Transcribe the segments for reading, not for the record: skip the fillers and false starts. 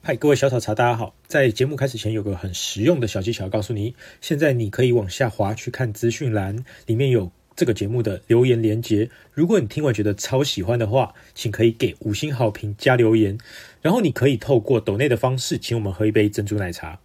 嗨，各位小草茶，大家好。在节目开始前，有个很实用的小技巧，告诉你，现在你可以往下滑去看资讯栏，里面有这个节目的留言连结。如果你听完觉得超喜欢的话，请可以给5星好评加留言，然后你可以透过抖内的方式，请我们喝一杯珍珠奶茶。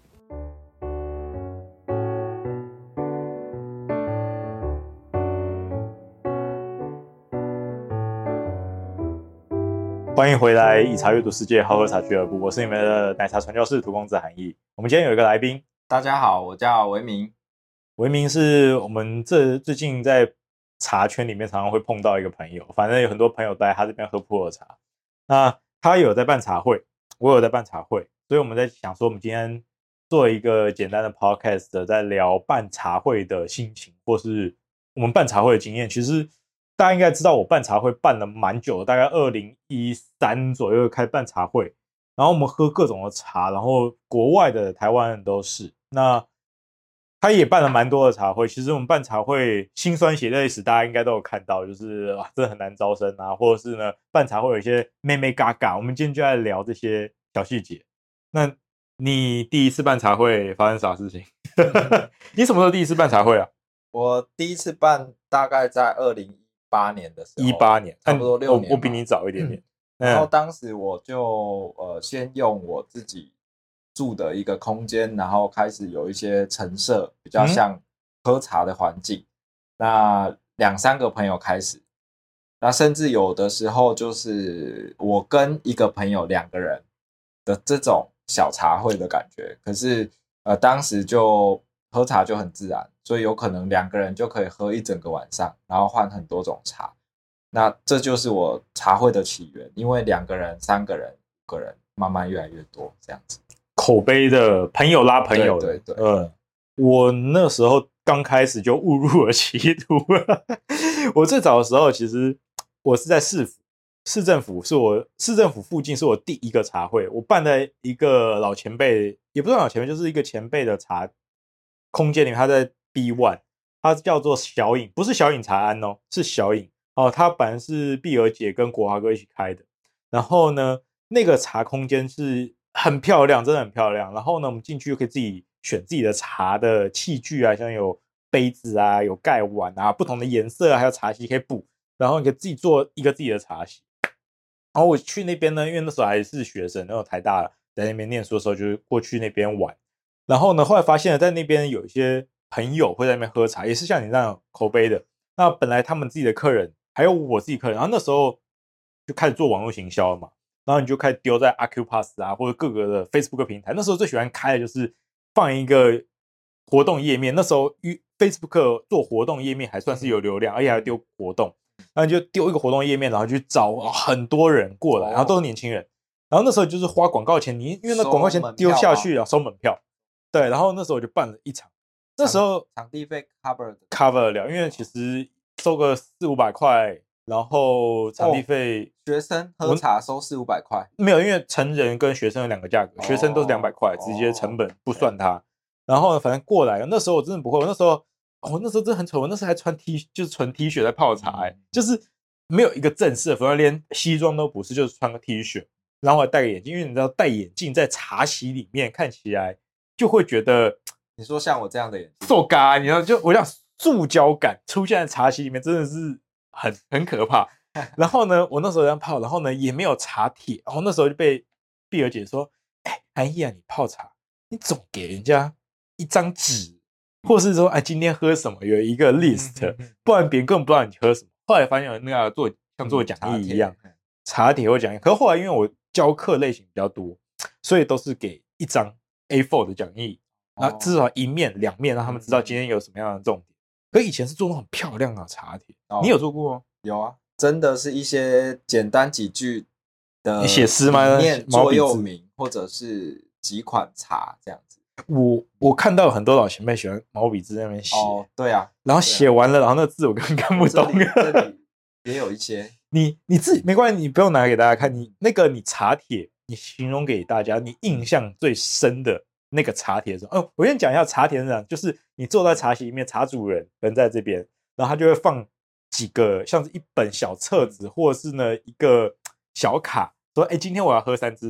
欢迎回来以茶阅读世界，好喝茶俱乐部，我是你们的奶茶传教士涂公子韩毅。我们今天有一个来宾， 大家好，我叫维明。 维明是我们最近在茶圈里面常常会碰到一个朋友，反正有很多朋友在他这边喝普洱茶。那他有在办茶会，我有在办茶会，所以我们在想说，我们今天做一个简单的 podcast， 在聊办茶会的心情，或是我们办茶会的经验。其实大家应该知道，我办茶会办了蛮久的，大概2013左右开始办茶会，然后我们喝各种的茶，然后国外的、台湾人都是。那他也办了蛮多的茶会，其实我们办茶会辛酸血泪史，大家应该都有看到，就是真的很难招生啊，或者是呢办茶会有一些妹妹嘎嘎。我们今天就在聊这些小细节。那你第一次办茶会发生啥事情？你什么时候第一次办茶会啊？ 我第一次办大概在2018年的时候 ，18年， 差不多6年。 我比你早一点点。 然后当时我就先用我自己住的一个空间，然后开始有一些陈设，比较像喝茶的环境。那2-3个朋友开始，那甚至有的时候就是我跟一个朋友2个人的这种小茶会的感觉。可是当时就喝茶就很自然，所以有可能2个人就可以喝一整个晚上，然后换很多种茶。那这就是我茶会的起源，因为2个人、3个人、5个人，慢慢越来越多这样子。 口碑的朋友拉朋友的， 对。 我那时候刚开始就误入了歧途了。我最早的时候，其实我是在市政府附近是我第一个茶会，我办在一个老前辈，也不是老前辈，就是一个前辈的茶空间里面，他在 B1， 他叫做小饮，不是小饮茶庵哦，是小饮哦。他本来是碧儿姐跟国华哥一起开的，然后呢，那个茶空间是很漂亮，真的很漂亮。然后呢，我们进去就可以自己选自己的茶的器具啊，像有杯子啊，有盖碗啊，不同的颜色啊，还有茶席可以补。然后你可以自己做一个自己的茶席。然后我去那边呢，因为那时候还是学生，那时候台大在那边念书的时候，就是过去那边玩。然后呢，后来发现了在那边有一些朋友会在那边喝茶，也是像你这样口碑的。那本来他们自己的客人，还有我自己客人，然后那时候就开始做网络行销了嘛。然后你就开始丢在 Acupass 啊，或者各个的 Facebook 平台。那时候最喜欢开的就是放一个活动页面。那时候 Facebook 做活动页面还算是有流量，而且还丢活动。然后你就丢一个活动页面，然后去找很多人过来，然后都是年轻人。然后那时候就是花广告钱，因为那广告钱丢下去啊，收门票。对，然后那时候我就办了一场。那时候场地费 cover 得了，因为其实收个400-500块。然后场地费， 学生喝茶收400-500块， 没有，因为成人跟学生有2个价格，学生都是200块，直接成本不算它。然后反正过来了，那时候我真的不会，我那时候真的很丑，我那时候还穿 T， 就是纯 T 恤在泡茶，就是没有一个正式的服装，连西装都不是，就是穿个 T 恤，然后还戴个眼镜，因为你知道戴眼镜在茶席里面看起来就会觉得， 你说像我这样的眼镜， 瘦嘎，你知道，就我讲塑胶感出现在茶席里面，真的是很可怕。然后呢，我那时候这样泡，然后呢也没有茶帖，然后那时候就被碧儿姐说：“韩毅啊，你泡茶，你总给人家一张纸，或是说今天喝什么有一个 list，不然别人根本不知道你喝什么。”后来发现有那个像做讲义一样，茶帖或讲义。可是后来因为我教课类型比较多，所以都是给一张 A4 的讲义，然后至少1面2面，让他们知道今天有什么样的重点。可以前是做那种很漂亮的茶帖，你有做过吗？ 有啊，真的是一些简单几句的， 你写诗吗？ 座右铭，或者是几款茶这样子。 我看到很多老前辈喜欢毛笔字在那边写， 对啊， 然后写完了，然后那个字我根本看不懂。 这里也有一些， 你自己没关系，你不用拿给大家看，你茶帖，你形容给大家，你印象最深的那个茶帖的时候，我先讲一下茶帖是这样，就是你坐在茶席里面，茶主人在这边，然后他就会放几个像是一本小册子，或者是呢一个小卡，说今天我要喝3支茶，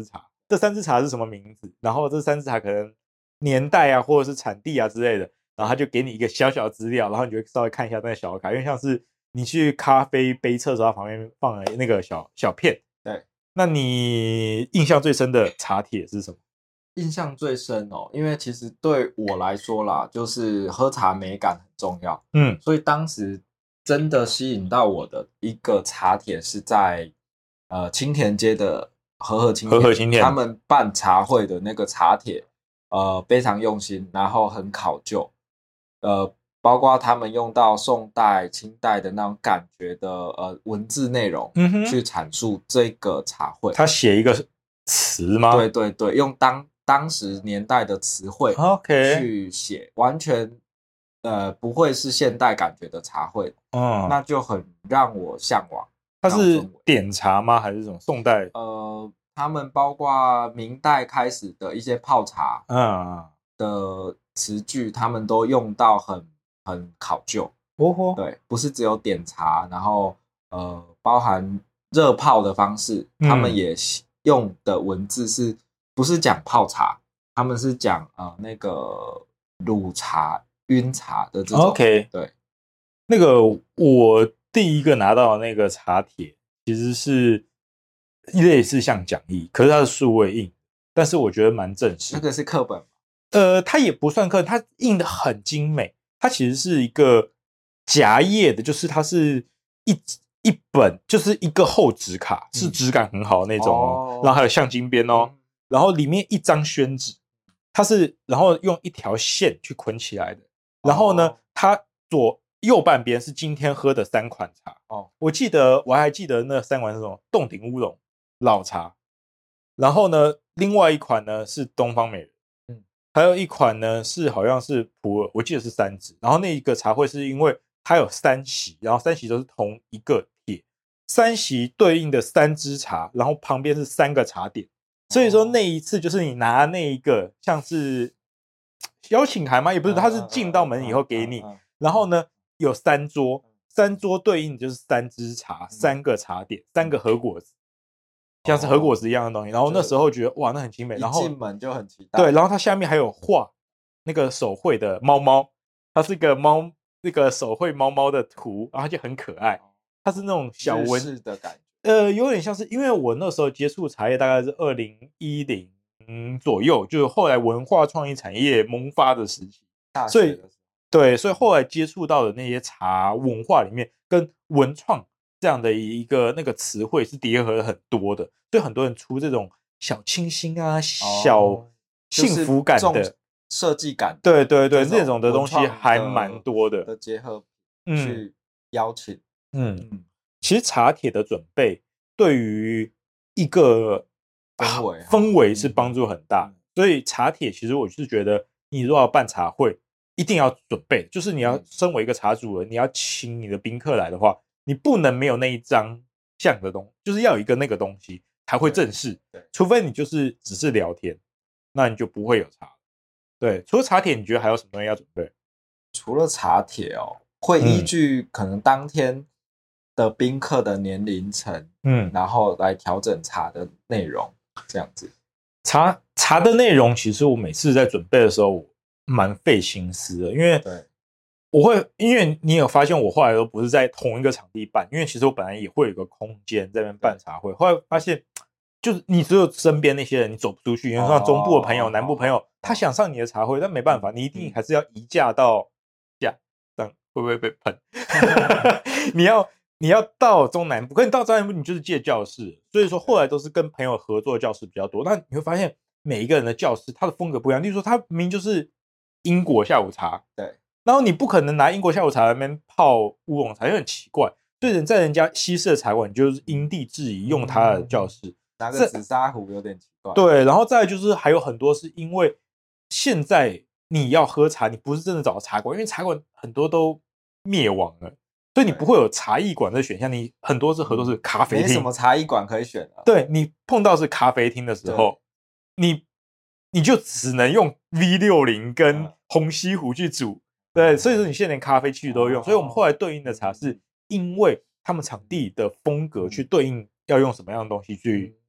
这3支茶是什么名字，然后这3支茶可能年代啊，或者是产地啊之类的，然后他就给你一个小小的资料，然后你就稍微看一下那个小的卡，因为像是你去咖啡杯测的时候，它旁边放了那个小片。 对， 那你印象最深的茶帖是什么？ 印象最深哦，因为其实对我来说啦，就是喝茶美感很重要，所以当时真的吸引到我的一个茶帖是在青田街的和和青田，他们办茶会的那个茶帖，非常用心，然后很考究，包括他们用到宋代、清代的那种感觉的文字内容，去阐述这个茶会。 他写一个词吗？ 对对对，用当时年代的词汇去写，完全不会是现代感觉的茶会，那就很让我向往。 它是点茶吗？还是什么宋代？ 他们包括明代开始的一些泡茶，的词句，他们都用到很考究。对，不是只有点茶，然后包含热泡的方式，他们也用的文字是不是讲泡茶？他们是讲那个卤茶、晕茶的这种。对， 那个我第一个拿到的那个茶帖，其实是类似像讲义，可是它是数位印，但是我觉得蛮正式。 那个是课本吗？ 它也不算课本，它印的很精美。它其实是一个夹页的，就是它是一本，就是一个厚纸卡，是质感很好的那种哦，然后还有橡筋边哦，然后里面一张宣纸，它是然后用一条线去捆起来的，然后呢，它右半边是今天喝的3款茶我还记得那3款是什么？洞顶乌龙、老茶，然后呢，另外一款呢是东方美人。还有一款呢是好像是普洱，我记得是3支，然后那一个茶会是因为它有3席，然后3席都是同一个帖，3席对应的3支茶，然后旁边是3个茶点，所以说那一次就是你拿那一个像是邀请函吗？也不是，它是进到门以后给你，然后呢有3桌，3桌对应就是3支茶，3个茶点，3个和果子。像是和果子一样的东西，然后那时候觉得哇，那很精美，然后一进门就很期待。 对，然后它下面还有画那个手绘的猫，它是一个那个手绘猫的图，然后就很可爱。它是那种小文式的感觉，有点像是因为我那时候接触茶叶大概是2010左右，就是后来文化创意产业萌发的时期，所以对，所以后来接触到的那些茶文化里面跟文创这样的一个那个词汇是叠合很多的，所以很多人出这种小清新啊、小幸福感的设计感， 对，这种的东西还蛮多的结合去邀请。 其实茶帖的准备对于一个氛围是帮助很大的，所以茶帖其实我是觉得，你如果要办茶会，一定要准备，就是你要身为一个茶主人，你要请你的宾客来的话。你不能没有那一张像的东西，就是要有一个那个东西才会正式。除非你就是只是聊天，那你就不会有茶。对，除了茶帖，你觉得还有什么东西要准备？ 除了茶帖哦，会依据可能当天的宾客的年龄层，然后来调整茶的内容，这样子。 茶的内容，其实我每次在准备的时候蛮费心思的，因为因为你有发现我后来都不是在同一个场地办，因为其实我本来也会有一个空间在那边办茶会，后来发现就是你只有身边那些人你走不出去，因为像中部的朋友、南部朋友，他想上你的茶会，但没办法，你一定还是要移驾到这样会不会被喷？你要到中南部，可你到中南部你就是借教室，所以说后来都是跟朋友合作的教室比较多。那你会发现每一个人的教室他的风格不一样，例如说他明明就是英国下午茶， 对。 然后你不可能拿英国下午茶在那边泡乌龙茶，因为很奇怪。所以在人家西式的茶馆，你就是因地制宜用他的教室， 拿个紫砂壶有点奇怪。 对，然后再来就是还有很多是因为现在你要喝茶，你不是真的找茶馆，因为茶馆很多都灭亡了，所以你不会有茶艺馆的选项，你很多是合作是咖啡厅， 没什么茶艺馆可以选了。 对，你碰到是咖啡厅的时候，你就只能用 V60跟红西湖去煮。对，所以说你现在连咖啡器都用，所以我们后来对应的茶是因为他们场地的风格去对应要用什么样的东西去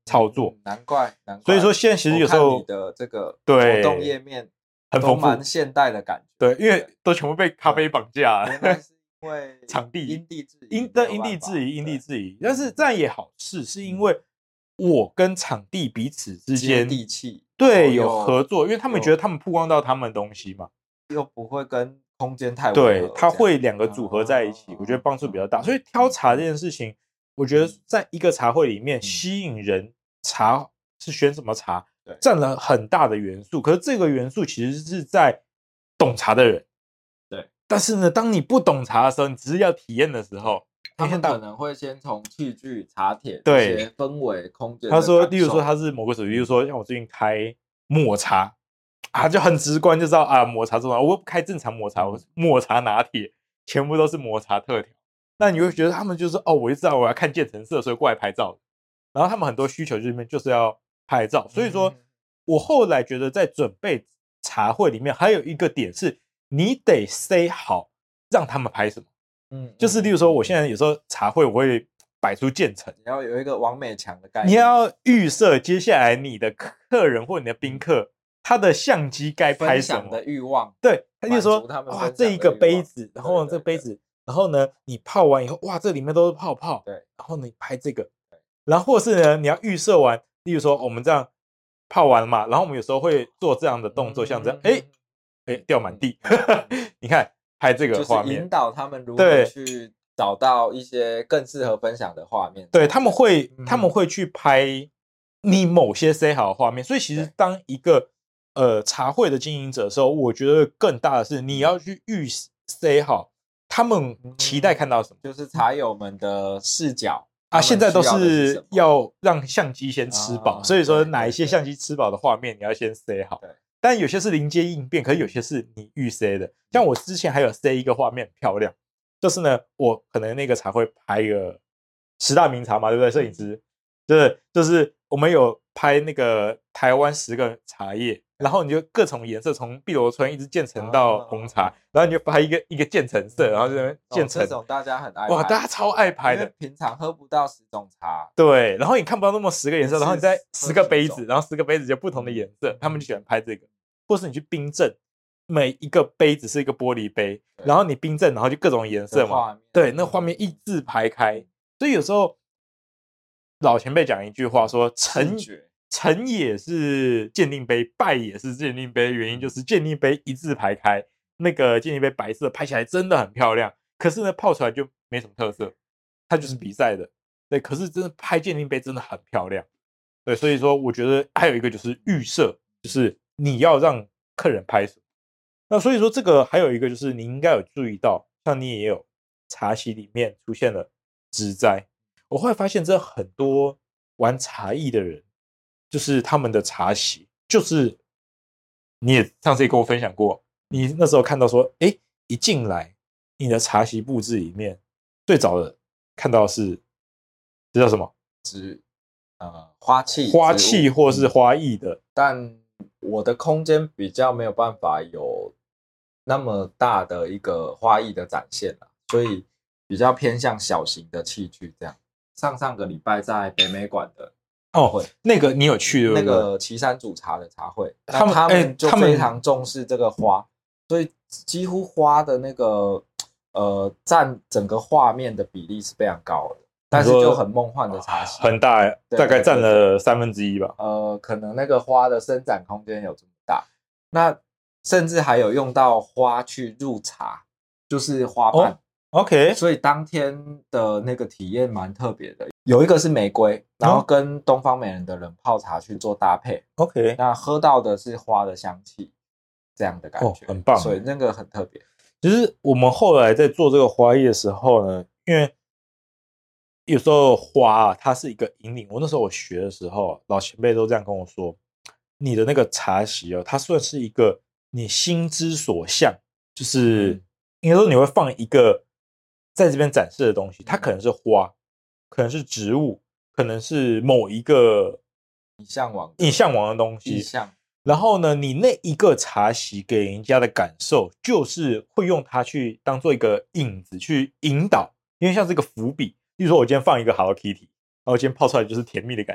操作。 难怪。 所以说现在其实有时候我看你的这个对活动页面很丰富， 蛮现代的感觉。 对，因为都全部被咖啡绑架了。 原来是因为场地因地制宜， 因地制宜，但是这样也好是因为我跟场地彼此之间接地气， 对有合作，因为他们觉得他们曝光到他们的东西嘛， 又不会跟空间太对，它会两个组合在一起，我觉得帮助比较大。所以挑茶这件事情，我觉得在一个茶会里面吸引人，茶是选什么茶，占了很大的元素。可是这个元素其实是在懂茶的人， 对。但是呢，当你不懂茶的时候，你只是要体验的时候， 他们可能会先从器具、茶铁、 对一些氛围、空间。 他说，例如说他是某个主题，例如说像我最近开抹茶啊，就很直观就知道啊，抹茶这种，我不开正常抹茶，我抹茶拿铁，全部都是抹茶特调。那你会觉得他们就是哦，我就知道我要看渐层色，所以过来拍照。然后他们很多需求就是要拍照，所以说我后来觉得在准备茶会里面还有一个点是，你得 say 好让他们拍什么。就是例如说我现在有时候茶会我会摆出渐层， 你要有一个王美强的概念， 你要预设接下来你的客人或你的宾客他的相机该拍什么， 分享的欲望。 对，他就说哇这一个杯子，然后这个杯子，然后呢你泡完以后哇这里面都是泡泡， 对， 然后你拍这个，然后或是呢你要预设完，例如说我们这样泡完了嘛，然后我们有时候会做这样的动作，像这样掉满地，你看拍这个画面， 就是引导他们如何去找到一些更适合分享的画面。 对，他们会去拍你某些 say 好的画面，所以其实当一个茶会的经营者的时候，我觉得更大的是你要去预 say 好他们期待看到什么， 就是茶友们的视角啊。现在都是要让相机先吃饱，所以说哪一些相机吃饱的画面你要先 say 好。但有些是临接应变，可是有些是你预 say 的。像我之前还有 say 一个画面很漂亮，就是呢，我可能那个茶会拍一个10大名茶嘛，对不对？摄影师，就是我们有拍那个台湾10个茶叶，然后你就各种颜色，从碧螺春一直渐层到红茶，然后你就拍一个渐层色，然后就渐层。 这种大家很爱拍， 哇，大家超爱拍的。 平常喝不到10种茶， 对，然后你看不到那么10个颜色，然后你再10个杯子，然后10个杯子就不同的颜色，他们就喜欢拍这个。或是你去冰镇，每一个杯子是一个玻璃杯，然后你冰镇，然后就各种颜色嘛，对，那画面一字排开。所以有时候老前辈讲一句话说，成也是鉴定杯，败也是鉴定杯，原因就是鉴定杯一字排开，那个鉴定杯白色拍起来真的很漂亮，可是呢泡出来就没什么特色，它就是比赛的，对，可是真的拍鉴定杯真的很漂亮，对，所以说我觉得还有一个就是预设，就是你要让客人拍什么。那所以说这个还有一个就是你应该有注意到，像你也有茶席里面出现了植栽，我后来发现这很多玩茶艺的人，就是他们的茶席，就是你也上次也跟我分享过，你那时候看到说，一进来你的茶席布置里面最早的看到是这叫什么？ 花器或是花艺的， 但我的空间比较没有办法有那么大的一个花艺的展现啦，所以比较偏向小型的器具这样。上个礼拜在北美馆的会， 那个你有去对不对？ 那个岐山煮茶的茶会，他们就非常重视这个花，所以几乎花的那个占整个画面的比例是非常高的。但是就很梦幻的茶席， 很大，大概占了1/3吧。 可能那个花的伸展空间有这么大，那甚至还有用到花去入茶，就是花瓣。 OK， 所以当天的那个体验蛮特别的。有一个是玫瑰，然后跟东方美人的冷泡茶去做搭配。 OK， 那喝到的是花的香气，这样的感觉， 很棒。 所以那个很特别。 其实我们后来在做这个花艺的时候呢，因为有时候花它是一个引领。我那时候我学的时候，老前辈都这样跟我说，你的那个茶席它算是一个你心之所向，就是应该说你会放一个在这边展示的东西，它可能是花，可能是植物，可能是某一个你向往的东西。然后呢，你那一个茶席给人家的感受，就是会用它去当做一个引子去引导，因为像这个伏笔。例如说我今天放一个 Hello Kitty， 然后今天泡出来就是甜蜜的感觉，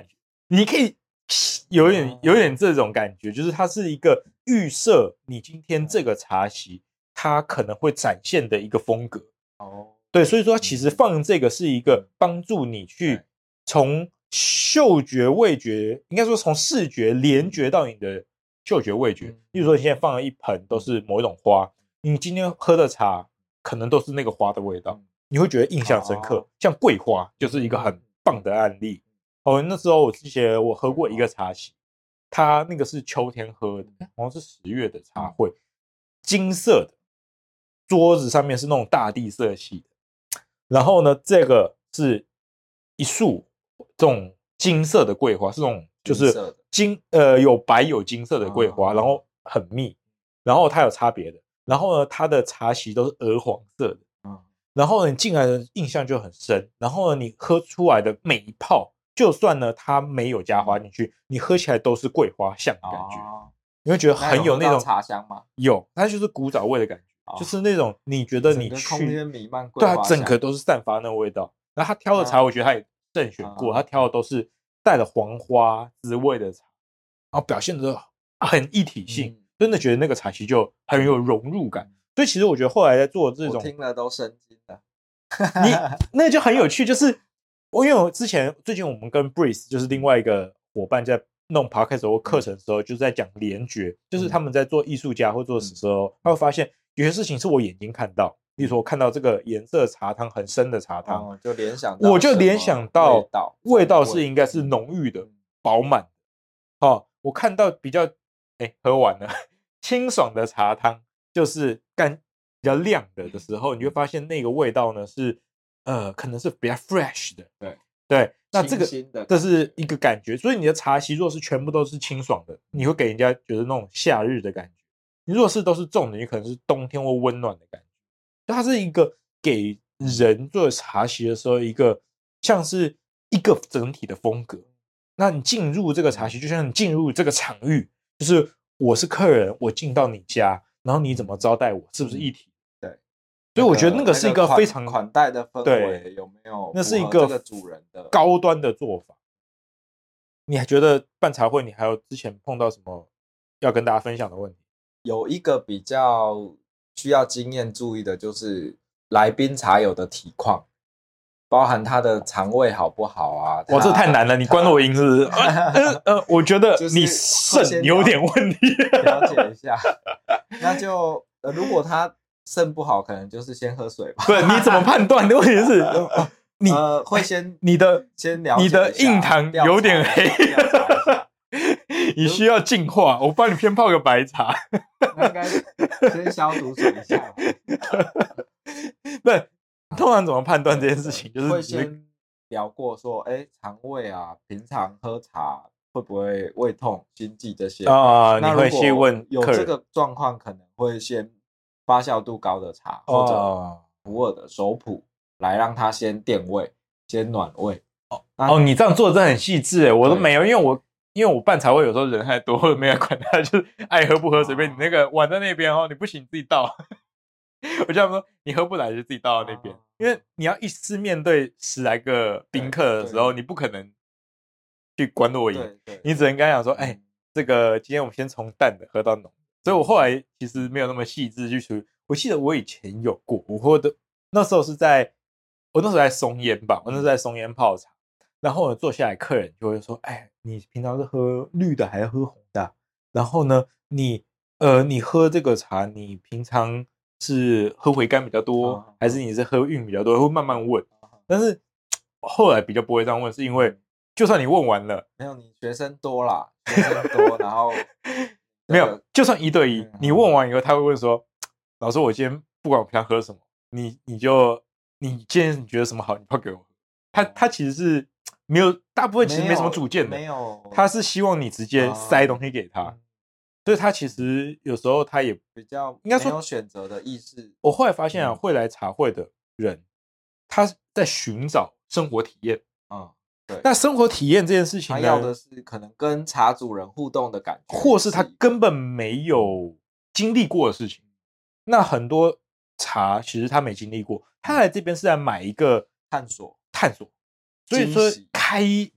你可以有点这种感觉，就是它是一个预设你今天这个茶席它可能会展现的一个风格。对，所以说其实放这个是一个帮助你去从嗅觉、味觉，应该说从视觉连觉到你的嗅觉、味觉。例如说，你现在放了一盆都是某一种花，你今天喝的茶可能都是那个花的味道，你会觉得印象深刻。像桂花就是一个很棒的案例。那时候我之前我喝过一个茶席，它那个是秋天喝的，好像是10月的茶会，金色的，桌子上面是那种大地色系的。然后呢，这个是一束这种金色的桂花，是那种就是有白有金色的桂花，然后很密，然后它有差别的。然后呢，它的茶席都是鹅黄色的，然后呢，你进来的印象就很深。然后呢，你喝出来的每一泡，就算呢它没有加花进去，你喝起来都是桂花香的感觉，你会觉得很有那种茶香吗？ 有，它就是古早味的感觉，就是那种你觉得你去空间弥漫桂花香， 对，它整个都是散发那味道。然后他挑的茶，我觉得他也慎选过，他挑的都是带了黄花滋味的茶，然后表现的很一体性，真的觉得那个茶席就很有融入感。所以其实我觉得后来在做这种， 我听了都生津了。 那就很有趣，就是因为我最近我们跟 Breeze 就是另外一个伙伴在弄 podcast 或课程的时候，就是在讲联觉，就是他们在做艺术家或做的时候，他会发现有些事情是我眼睛看到，例如说我看到这个颜色茶汤很深的茶汤， 我就联想到味道是应该是浓郁的、饱满的。我看到比较喝完了清爽的茶汤，就是比较亮的时候，你就发现那个味道呢是可能是比较 fresh 的。对，那这是一个感觉。所以你的茶席若是全部都是清爽的，你会给人家觉得那种夏日的感觉。你若是都是重的，你可能是冬天或温暖的感觉。它是一个给人做茶席的时候，一个像是一个整体的风格。那你进入这个茶席，就像你进入这个场域，就是我是客人，我进到你家，然后你怎么招待我，是不是一体？ 对， 所以我觉得那个是一个非常款待的氛围，有没有？ 那是一个主人的高端的做法。你还觉得办茶会，你还有之前碰到什么要跟大家分享的问题？ 有一个比较需要经验注意的，就是来宾茶友的体况，包含他的肠胃好不好啊？ 哇，这太难了！你关了我音是不是？我觉得你肾有点问题， 了解一下。那就如果他肾不好，可能就是先喝水吧。 不，你怎么判断的问题是？你会先你的了解你的印堂有点黑，你需要净化，我帮你偏泡个白茶。 那应该先消毒水一下。 不，通常怎么判断这件事情？就是会先聊过说，肠胃啊，平常喝茶会不会胃痛、心悸这些啊？你会去问有这个状况，可能会先发酵度高的茶，或者普洱的熟普，来让它先垫胃、先暖胃。 你这样做真的很细致我都没有，因为我办茶会有时候人太多，没人管他，就是爱喝不喝随便你那个碗在那边你不行自己倒。我就说你喝不来就自己倒到那边，因为你要一次面对10来个宾客的时候，你不可能去管我赢，你只能跟他讲说，这个今天我们先从淡的喝到浓。所以我后来其实没有那么细致去处理。我记得我以前有过，我喝的那时候我那时候在松烟吧，我那时候在松烟泡茶，然后坐下来客人就会说，你平常是喝绿的还是喝红的？然后呢，你喝这个茶，你平常是喝回甘比较多，还是你是喝韵比较多？会慢慢问。但是后来比较不会这样问，是因为就算你问完了， 没有你学生多啦，学生多，然后没有，就算1对1，你问完以后，他会问说：“老师，我今天不管我平常喝什么，你今天你觉得什么好，你泡给我喝。”他其实是没有，大部分其实没什么主见的， 没有， 他是希望你直接塞东西给他。所以他其实有时候他也比较应该说没有选择的意识。 我后来发现会来茶会的人，他在寻找生活体验。 对。 那生活体验这件事情呢， 他要的是可能跟茶主人互动的感觉， 或是他根本没有经历过的事情。那很多茶其实他没经历过，他来这边是来买一个探索。 所以说开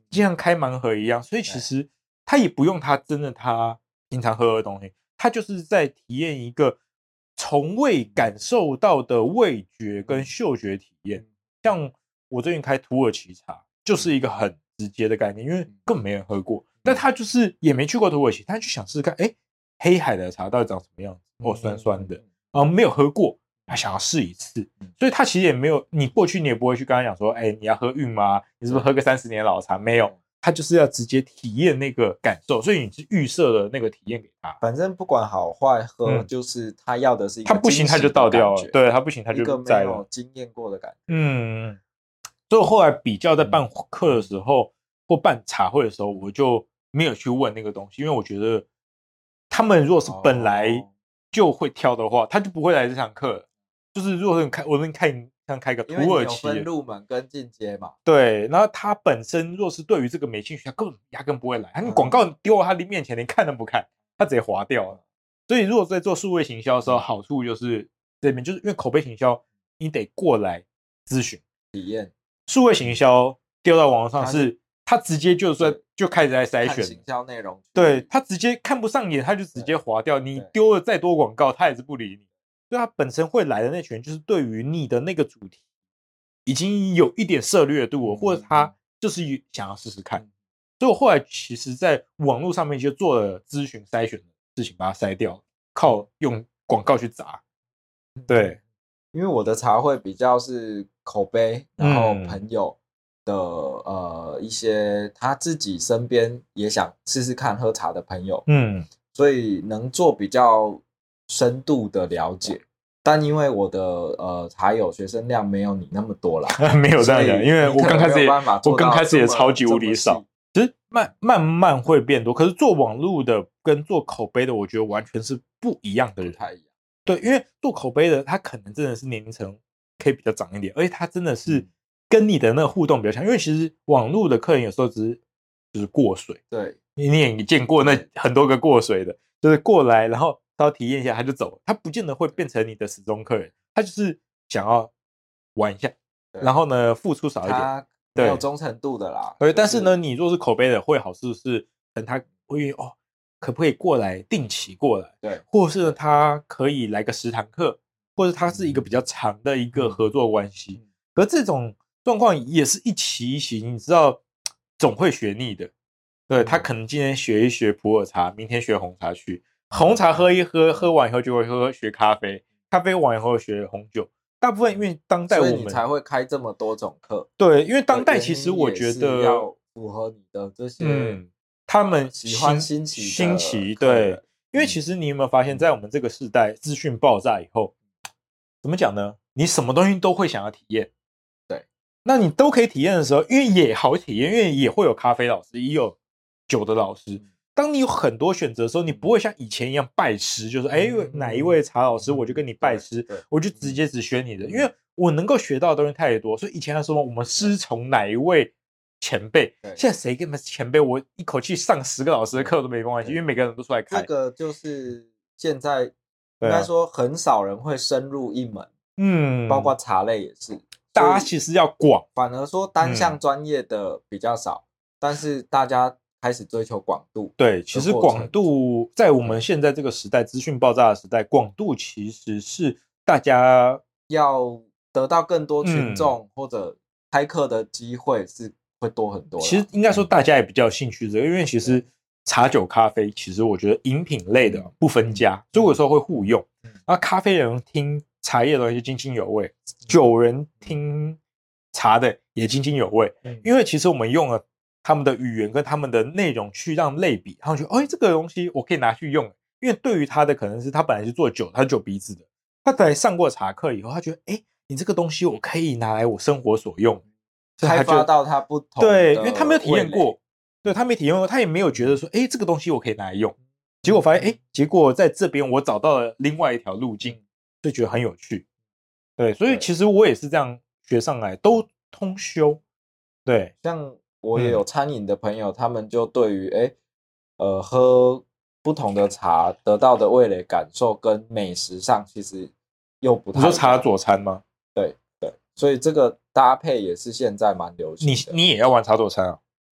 就像开盲盒一样，所以其实他也不用他真的他平常喝的东西，他就是在体验一个从未感受到的味觉跟嗅觉体验。像我最近开土耳其茶，就是一个很直接的概念，因为根本没人喝过，但他就是也没去过土耳其，他就想试试看，黑海的茶到底长什么样子，酸酸的，然后没有喝过，他想要试一次，所以他其实也没有，你过去你也不会去跟他讲说，你要喝韵吗？你是不是喝个30年老茶？没有，他就是要直接体验那个感受，所以你是预设了那个体验给他。 反正不管好坏喝，就是他要的是一个他不行他就倒掉了，对，他不行他就一个没有经验过的感觉。 所以我后来比较在办课的时候或办茶会的时候，我就没有去问那个东西，因为我觉得他们如果是本来就会挑的话，他就不会来这堂课了。就是如果是我们像开个土耳其， 因为你有分入门跟进阶嘛。 对，然后他本身若是对于这个没兴趣，他压根不会来。你广告丢到他的面前，连看都不看，他直接划掉了。所以如果在做数位行销的时候，好处就是这边就是因为口碑行销，你得过来咨询体验。 数位行销丢到网络上是，他直接就开始在筛选行销内容， 对，他直接看不上眼，他就直接划掉。你丢了再多广告，他也是不理你。所以他本身会来的那群人，就是对于你的那个主题已经有一点涉略度了，或者他就是想要试试看。所以我后来其实在网络上面就做了咨询筛选的事情，把它筛掉，靠用广告去砸。对， 因为我的茶会比较是口碑，然后朋友的一些他自己身边也想试试看喝茶的朋友，所以能做比较深度的了解。但因为我的茶友学生量没有你那么多啦， 没有这样讲，因为我刚开始也超级无敌少，其实慢慢会变多。可是做网络的跟做口碑的，我觉得完全是不一样的人， 不太一样。 对，因为做口碑的，他可能真的是年龄层可以比较长一点，而且他真的是跟你的那个互动比较强。因为其实网络的客人有时候就是过水， 对， 你也见过那很多个过水的，就是过来然后稍体验一下他就走了，他不见得会变成你的始终客人，他就是想要玩一下，然后呢付出少一点， 他没有忠诚度的啦。 对，但是呢，你若是口碑的，会好处是等他会可不可以过来定期过来， 对， 或者是他可以来个10堂课，或者他是一个比较长的一个合作关系。可这种状况也是一期一期，你知道总会学腻的。对，他可能今天学一学普洱茶，明天学红茶去，红茶喝一喝，喝完以后就会学咖啡，咖啡完以后学红酒。大部分因为当代我们所以你才会开这么多种课。 对，因为当代其实我觉得要符合你的这些他们喜欢新奇对，因为其实你有没有发现，在我们这个时代资讯爆炸以后，怎么讲呢？你什么东西都会想要体验， 对， 那你都可以体验的时候，因为也好体验，因为也会有咖啡老师，也有酒的老师。当你有很多选择的时候，你不会像以前一样拜师，就是哪一位茶老师我就跟你拜师，我就直接只学你的，因为我能够学到的东西太多。所以以前他说我们师从哪一位前辈，现在谁跟前辈，我一口气上10个老师的课都没关系，因为每个人都出来开。 这个就是现在应该说很少人会深入一门，包括茶类也是， 大家其实要广， 反而说单项专业的比较少，但是大家开始追求广度。 对，其实广度在我们现在这个时代，资讯爆炸的时代，广度其实是大家要得到更多群众或者开课的机会是会多很多。 其实应该说大家也比较有兴趣这个，因为其实茶酒咖啡，其实我觉得饮品类的不分家，所以有时候会互用。然后咖啡人听茶叶的东西津津有味，酒人听茶的也津津有味，因为其实我们用了他们的语言跟他们的内容去让类比，他们觉得这个东西我可以拿去用。因为对于他的可能是他本来是做酒，他是酒鼻子的，他来上过茶课以后，他觉得你这个东西我可以拿来我生活所用， 开发到他不同的对，因为他没有体验过，对，他没体验过，他也没有觉得说这个东西我可以拿来用。结果发现结果在这边我找到了另外一条路径，就觉得很有趣。对，所以其实我也是这样学上来，都通修。对， 像我也有餐饮的朋友，他们就对于喝不同的茶得到的味蕾感受跟美食上其实又不太一样。 你说茶佐餐吗？ 对对，所以这个搭配也是现在蛮流行的。 你也要玩茶佐餐啊？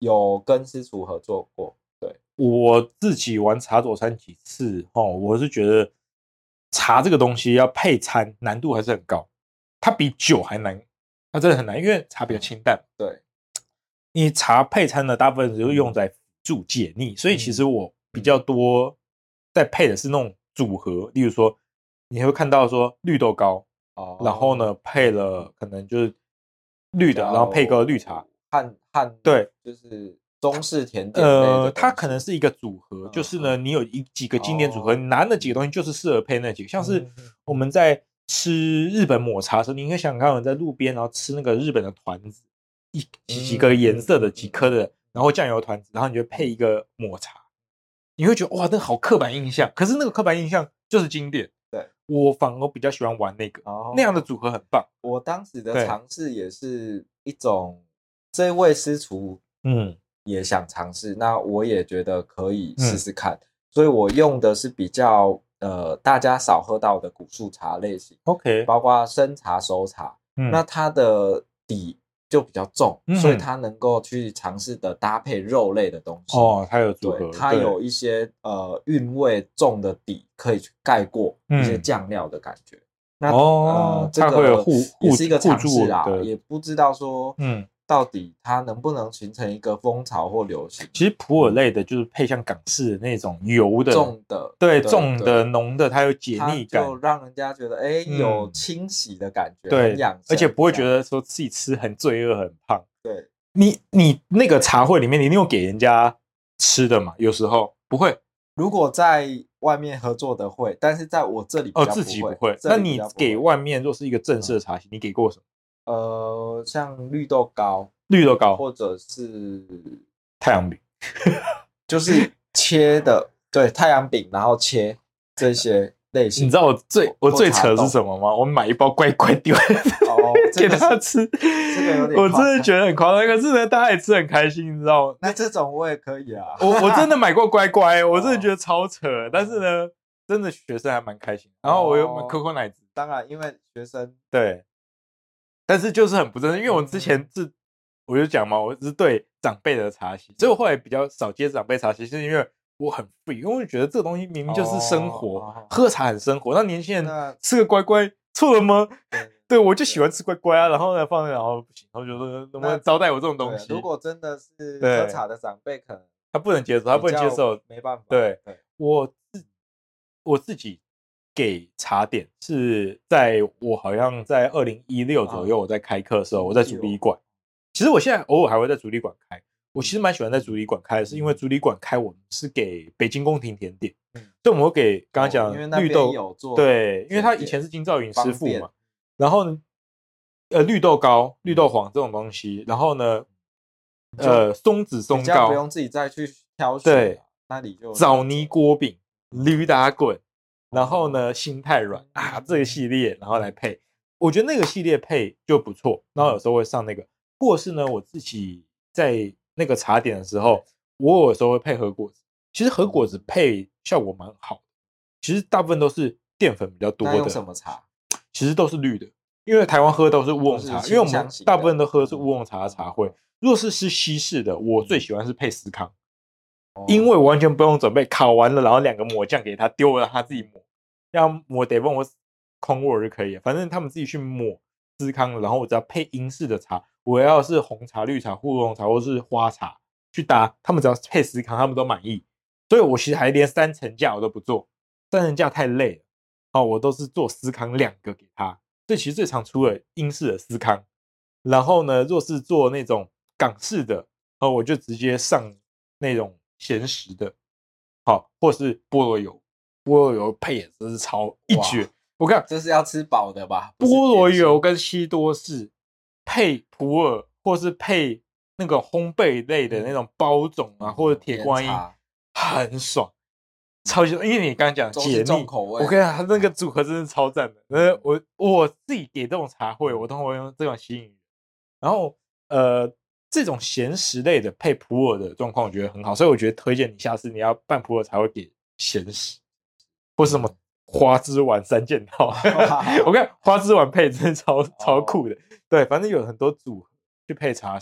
有跟私厨合作过。对， 我自己玩茶佐餐几次我是觉得茶这个东西要配餐难度还是很高，它比酒还难，它真的很难，因为茶比较清淡。 对， 你茶配餐呢，大部分就是用在辅助解腻，所以其实我比较多在配的是那种组合，例如说你会看到说绿豆糕，然后呢配了可能就是绿的，然后配个绿茶，对， 就是中式甜点类的它可能是一个组合，就是呢，你有几个经典组合，你拿那几个东西就是适合配那几个，像是我们在吃日本抹茶的时候，你可以想想看，我们在路边然后吃那个日本的团子，几个颜色的几颗的，然后酱油团子，然后你就配一个抹茶，你会觉得哇，那个好刻板印象，可是那个刻板印象就是经典。 对， 我反而比较喜欢玩那个，那样的组合很棒。 我当时的尝试也是一种，这位师厨也想尝试，那我也觉得可以试试看，所以我用的是比较大家少喝到的古树茶类型 ，OK， 包括生茶、熟茶，那它的底就比较重，所以它能够去尝试的搭配肉类的东西。 它有组合， 它有一些韵味重的底可以去盖过一些酱料的感觉。那这个也是一个尝试啊，也不知道说到底它能不能形成一个风潮或流行。 其实普洱类的就是配像港式的那种油的重的， 对，重的浓的，它有解腻感， 就让人家觉得有清洗的感觉， 对， 很养生， 而且不会觉得说自己吃很罪恶很胖。 对， 你那个茶会里面，你一定有给人家吃的嘛？有时候不会。 如果在外面合作的会，但是在我这里比较自己不会。那你给外面若是一个正式的茶席，你给过什么？ 像绿豆糕，或者是太阳饼， 就是切的，对，太阳饼，然后切这些类型。 你知道我最扯的是什么吗？我买一包乖乖丢给他吃， 这个有点我真的觉得很夸张。可是呢，大家也吃很开心，你知道吗？ 那这种我也可以啊。 我真的买过乖乖，我真的觉得超扯。但是呢，真的学生还蛮开心。然后我又买可可奶子， 当然因为学生对，但是就是很不正式，因为我之前我就讲嘛，我是对长辈的茶席，所以我后来比较少接长辈茶席，是因为我很 free，因为我觉得这个东西明明就是生活，喝茶很生活，那年轻人吃个乖乖错了吗？对，我就喜欢吃乖乖啊，然后呢放在，然后不行，然后就说能不能招待我这种东西？ 如果真的是喝茶的长辈，可能他不能接受，他不能接受， 没办法。 对，我自己给茶点是在我好像在2016左右，我在开课的时候，我在主力馆。其实我现在偶尔还会在主力馆开，我其实蛮喜欢在主力馆开的，是因为主力馆开我们是给北京宫廷甜点，所以我们会给刚刚讲绿豆，对，因为他以前是金兆云师傅嘛，然后呢，绿豆糕、绿豆黄这种东西，然后呢，松子松糕， 不用自己再去挑选， 对， 那里就枣泥锅饼、驴打滚，然后呢，心太软啊，这个系列，然后来配，我觉得那个系列配就不错，然后有时候会上那个。或是呢，我自己在那个茶点的时候，我有时候会配和果子。其实和果子配效果蛮好的。其实大部分都是淀粉比较多的。 那用什么茶？ 其实都是绿的，因为台湾喝都是乌龙茶，因为我们大部分都喝是乌龙茶的茶会。若是西式的，我最喜欢是配司康，因为完全不用准备，烤完了然后2个抹酱给他丢了，他自己抹，要抹得问我空味就可以了，反正他们自己去抹司康，然后我只要配英式的茶。我要是红茶、绿茶、乌龙茶或是花茶去搭，他们只要配司康，他们都满意。所以我其实还连3层架我都不做，3层架太累了。我都是做司康2个给他。所以其实最常出的英式的司康，然后呢，若是做那种港式的，我就直接上那种咸食的，或是菠萝油配也真是超一绝。我看这是要吃饱的吧？ 菠萝油跟西多士。配普洱或是配那个烘焙类的那种包种啊，或者铁观音，很爽，超级爽。因为你刚刚讲解腻，我跟你讲，它那个组合真是超赞的。我自己给这种茶会，我都会用这种吸引人。然后这种咸食类的配普洱的状况，我觉得很好，所以我觉得推荐你下次你要办普洱茶会给咸食，或是什么花枝丸3件套。我看花枝丸配真的超酷的。对，反正有很多组合去配茶食，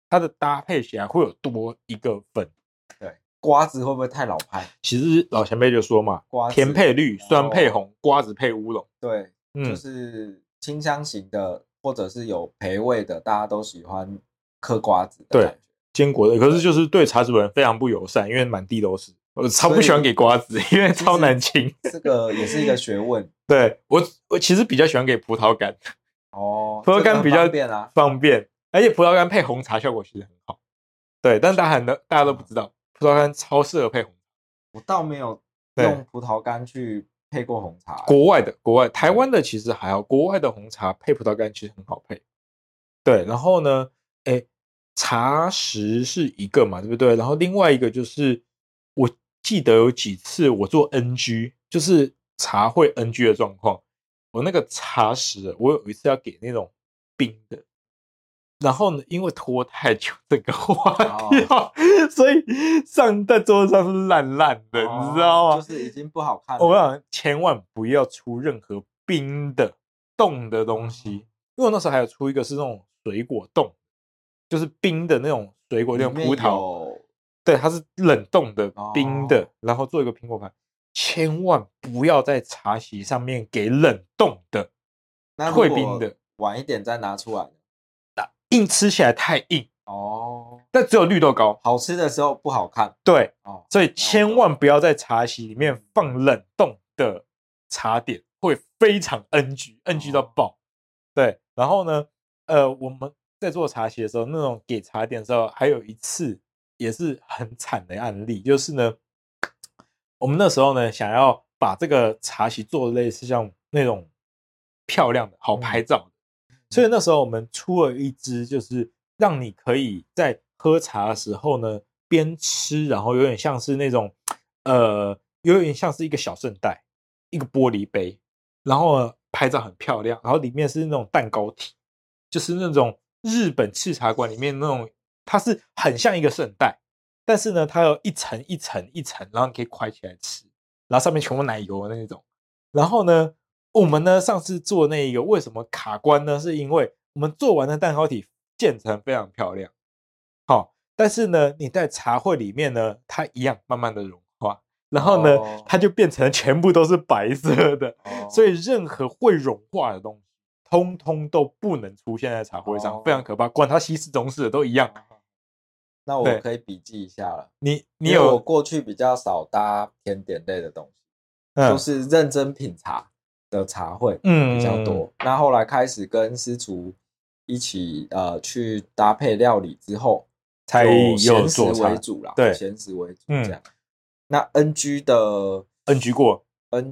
它的搭配起来会有多一个粉。 对，瓜子会不会太老派？ 其实老前辈就说嘛，甜配绿，酸配红，瓜子配乌龙。 对，就是清香型的或者是有培味的，大家都喜欢嗑瓜子的感觉。 坚果的，可是就是对茶主人非常不友善，因为满地都是。我超不喜欢给瓜子，因为超难清。 这个也是一个学问。 对，我其实比较喜欢给葡萄干。 哦， 葡萄干比较方便， 而且葡萄干配红茶效果其实很好。对，但大家都不知道，葡萄干超适合配红茶。 我倒没有用葡萄干去配过红茶。 国外台湾的其实还好，国外的红茶配葡萄干其实很好配。对，然后呢，茶食是一个嘛，对不对？然后另外一个就是我记得有几次我做 NG， 就是茶会 NG 的状况，我那个茶食我有一次要给那种冰的，然后呢因为拖太久整个化掉，所以上在桌子上是烂烂的，你知道吗？ 就是已经不好看了。 我想千万不要出任何冰的冻的东西，因为我那时候还有出一个是那种水果冻，就是冰的那种水果，那种葡萄，对，它是冷冻的冰的，然后做一个苹果盘。千万不要在茶席上面给冷冻的退冰的， 晚一点再拿出来， 硬吃起来太硬哦。 但只有绿豆糕， 好吃的时候不好看。 对，所以千万不要在茶席里面放冷冻的茶点，会非常 NG 到爆。对，然后呢，我们在做茶席的时候，那种给茶点的时候，还有一次也是很惨的案例，就是呢，我们那时候呢想要把这个茶席做类似像那种漂亮的好拍照的，所以那时候我们出了一支，就是让你可以在喝茶的时候呢边吃，然后有点像是那种有点像是一个小圣代，一个玻璃杯，然后呢拍照很漂亮，然后里面是那种蛋糕体，就是那种日本赤茶馆里面那种，它是很像一个圣代，但是呢它有一层一层一层，然后你可以蒯起来吃，然后上面全部奶油的那种。然后呢我们呢上次做那一个为什么卡关呢？是因为我们做完的蛋糕体建成非常漂亮，好，但是呢你在茶会里面呢它一样慢慢的融化，然后呢它就变成全部都是白色的，所以任何会融化的东西通通都不能出现在茶会上，非常可怕，管它西式中式的都一样。 那我可以笔记一下了。 你有， 我过去比较少搭甜点类的东西，就是认真品茶的茶会比较多。那后来开始跟师厨一起去搭配料理之后， 才有咸食为主啦， 对， 咸食为主这样。那 NG 的 NG 过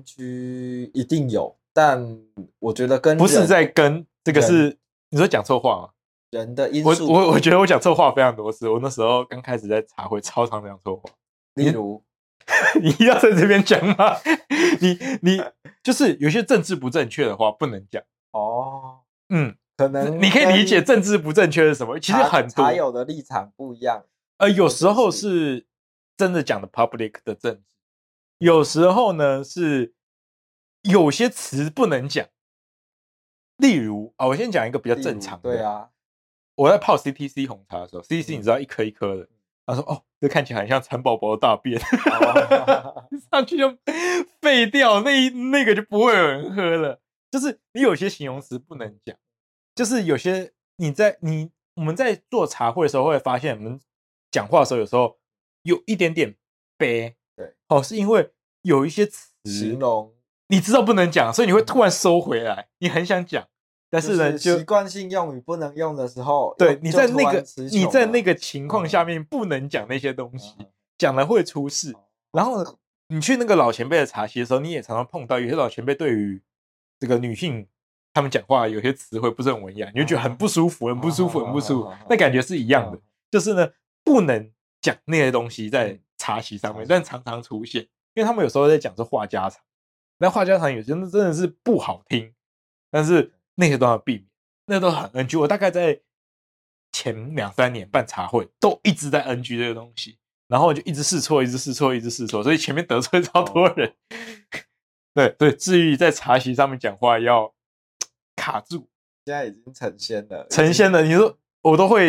，NG 一定有，但我觉得跟不是在跟这个是你说讲错话吗？ 人的因素， 我觉得我讲错话非常多次。我那时候刚开始在茶会，超常讲错话。 例如， 你要在这边讲吗？你就是有些政治不正确的话不能讲哦。 可能你可以理解政治不正确是什么。其实很多茶友的立场不一样。 有时候是真的讲的 public 的政治，有时候呢是有些词不能讲。例如我先讲一个比较正常的。 对啊。 我在泡 CTC 红茶的时候 ，CTC 你知道一颗一颗的，他说这看起来很像蚕宝宝的大便，上去就废掉，那个就不会有人喝了。就是你有些形容词不能讲，就是有些我们在做茶会的时候会发现，我们讲话的时候有时候有一点点悲， 对， 是因为有一些词形容你知道不能讲，所以你会突然收回来，你很想讲。但是呢， 习惯性用语不能用的时候， 对，你在那个情况下面不能讲那些东西，讲了会出事。然后你去那个老前辈的茶席的时候，你也常常碰到有些老前辈对于这个女性他们讲话有些词汇不是很文雅，你就觉得很不舒服，很不舒服，很不舒服。那感觉是一样的，就是呢不能讲那些东西在茶席上面，但常常出现，因为他们有时候在讲是话家常，那话家常有些真的是不好听，但是那些都要避免，那都很 NG。我大概在前2-3年办茶会，都一直在 NG 这个东西，然后就一直试错，所以前面得罪超多人。对，至于在茶席上面讲话要卡住， 现在已经成仙了。 你说我都会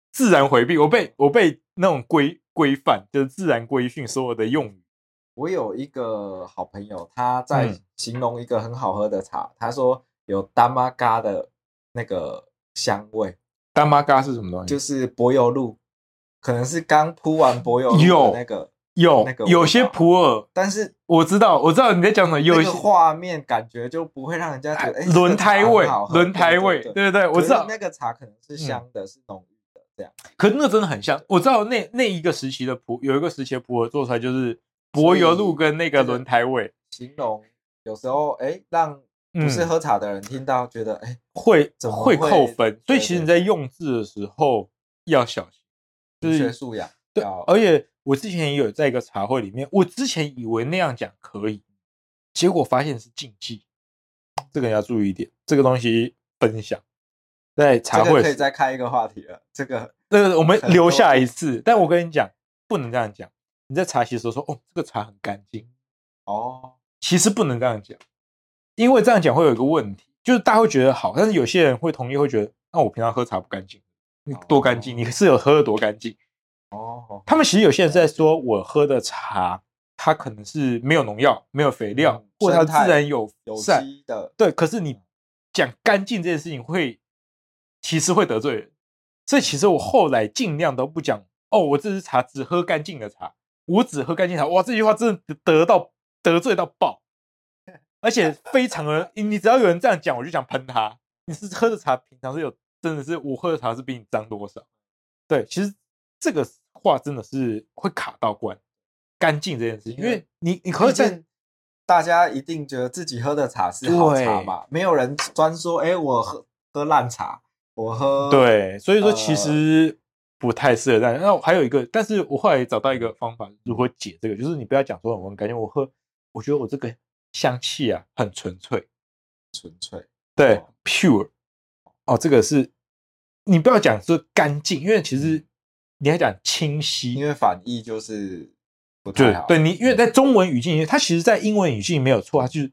自然回避，我被那种规范，就是自然规训所有的用语。 我有一个好朋友，他在形容一个很好喝的茶，他说有丹妈嘎的那个香味。 丹妈嘎是什么东西？ 就是柏油路，可能是刚铺完柏油路的那个有些普洱， 但是我知道你在讲什么，有些画面感觉就不会让人家觉得轮胎味，对对，我知道那个茶可能是香的，是浓郁的这样。 可是那真的很像，我知道那一个时期的有一个时期的普洱做出来就是柏油路跟那个轮胎味， 形容有时候让不是喝茶的人听到觉得会扣分，所以其实你在用字的时候要小心， 就是学素养。 对，而且我之前也有在一个茶会里面，我之前以为那样讲可以，结果发现是禁忌，这个要注意一点。这个东西分享在茶会可以再开一个话题了，这个我们留下一次。但我跟你讲，不能这样讲。你在茶席的时候说，这个茶很干净，其实不能这样讲。因为这样讲会有一个问题，就是大家会觉得好，但是有些人会同意，会觉得那我平常喝茶不干净，你多干净？你是有喝的多干净？他们其实有些人在说，我喝的茶，它可能是没有农药、没有肥料，或者它自然友善的。 对，可是你讲干净这件事情其实会得罪人，所以其实我后来尽量都不讲我这支茶只喝干净的茶，我只喝干净茶。哇，这句话真的得罪到爆。而且非常的，你只要有人这样讲，我就想喷他。你是喝的茶，平常是真的是我喝的茶是比你脏多少？对，其实这个话真的是会卡到关，干净这件事情，因为你喝大家一定觉得自己喝的茶是好茶嘛，没有人专说，我喝烂茶，我喝对，所以说其实不太适合这样。那还有一个，但是我后来找到一个方法，如何解这个，就是你不要讲说我很干净，我觉得我这个香气啊很纯粹，对，pure。这个是你不要讲说干净，因为其实你还讲清晰， 因为反义就是不太好。 对你，因为在中文语境里面，它其实在英文语境没有错，它就是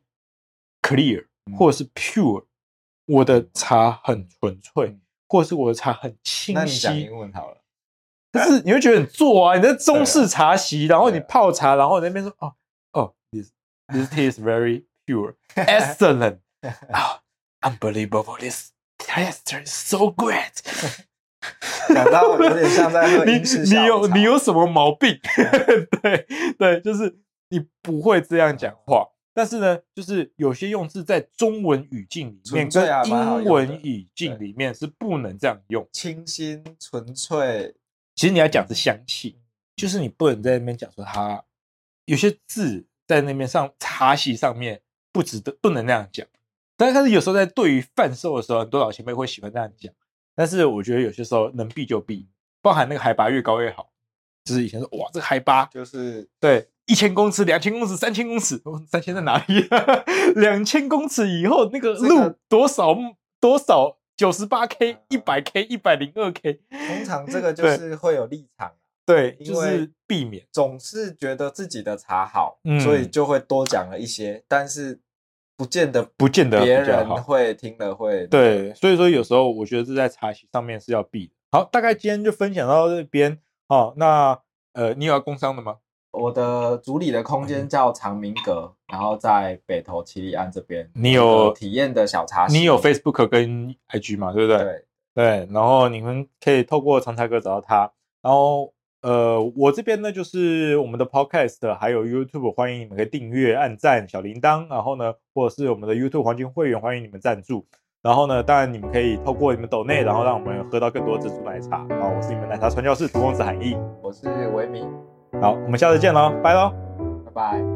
clear 或者是 pure。我的茶很纯粹，或者是我的茶很清晰。 那你讲英文好了。 但是你会觉得很做啊，你在中式茶席，然后你泡茶，然后那边说this tastes very pure, excellent, unbelievable, this taste is so great 。 讲到有点像在喝英式下午茶。 你有什么毛病？对，就是你不会这样讲话。但是呢，就是有些用字在中文语境里面跟英文语境里面是不能这样用。 清新纯粹， 其实你要讲是香气，就是你不能在那边讲说它有些字在那边茶席上面不能那样讲。但是有时候在对于贩售的时候，很多老前辈会喜欢这样讲。但是我觉得有些时候能避就避，包含那个海拔越高越好。就是以前说哇，这个海拔就是对1000公尺、2000公尺、3000公尺，3000在哪里？2000公尺以后那个路多少 98K、100K、102K， 通常这个就是会有立场。 对，就是避免总是觉得自己的茶好，所以就会多讲了一些，但是不见得别人会听了会对，所以说有时候我觉得这在茶席上面是要避的。好，大概今天就分享到这边。那你有要工商的吗？ 我的主理的空间叫长明阁，然后在北投七里岸这边。 你有体验的小茶席， 你有 Facebook 跟 IG 嘛？对不对？对，然后你们可以透过长茶阁找到他。然后我这边呢就是我们的 Podcast 还有 YouTube， 欢迎你们可以订阅、按赞、小铃铛。然后呢，或者是我们的 YouTube 黄金会员，欢迎你们赞助。然后呢，当然你们可以透过你们抖内，然后让我们喝到更多珍珠奶茶。好，我是你们奶茶传教士涂公子韩毅， 我是维明。 好，我们下次见喽，拜喽， 拜拜。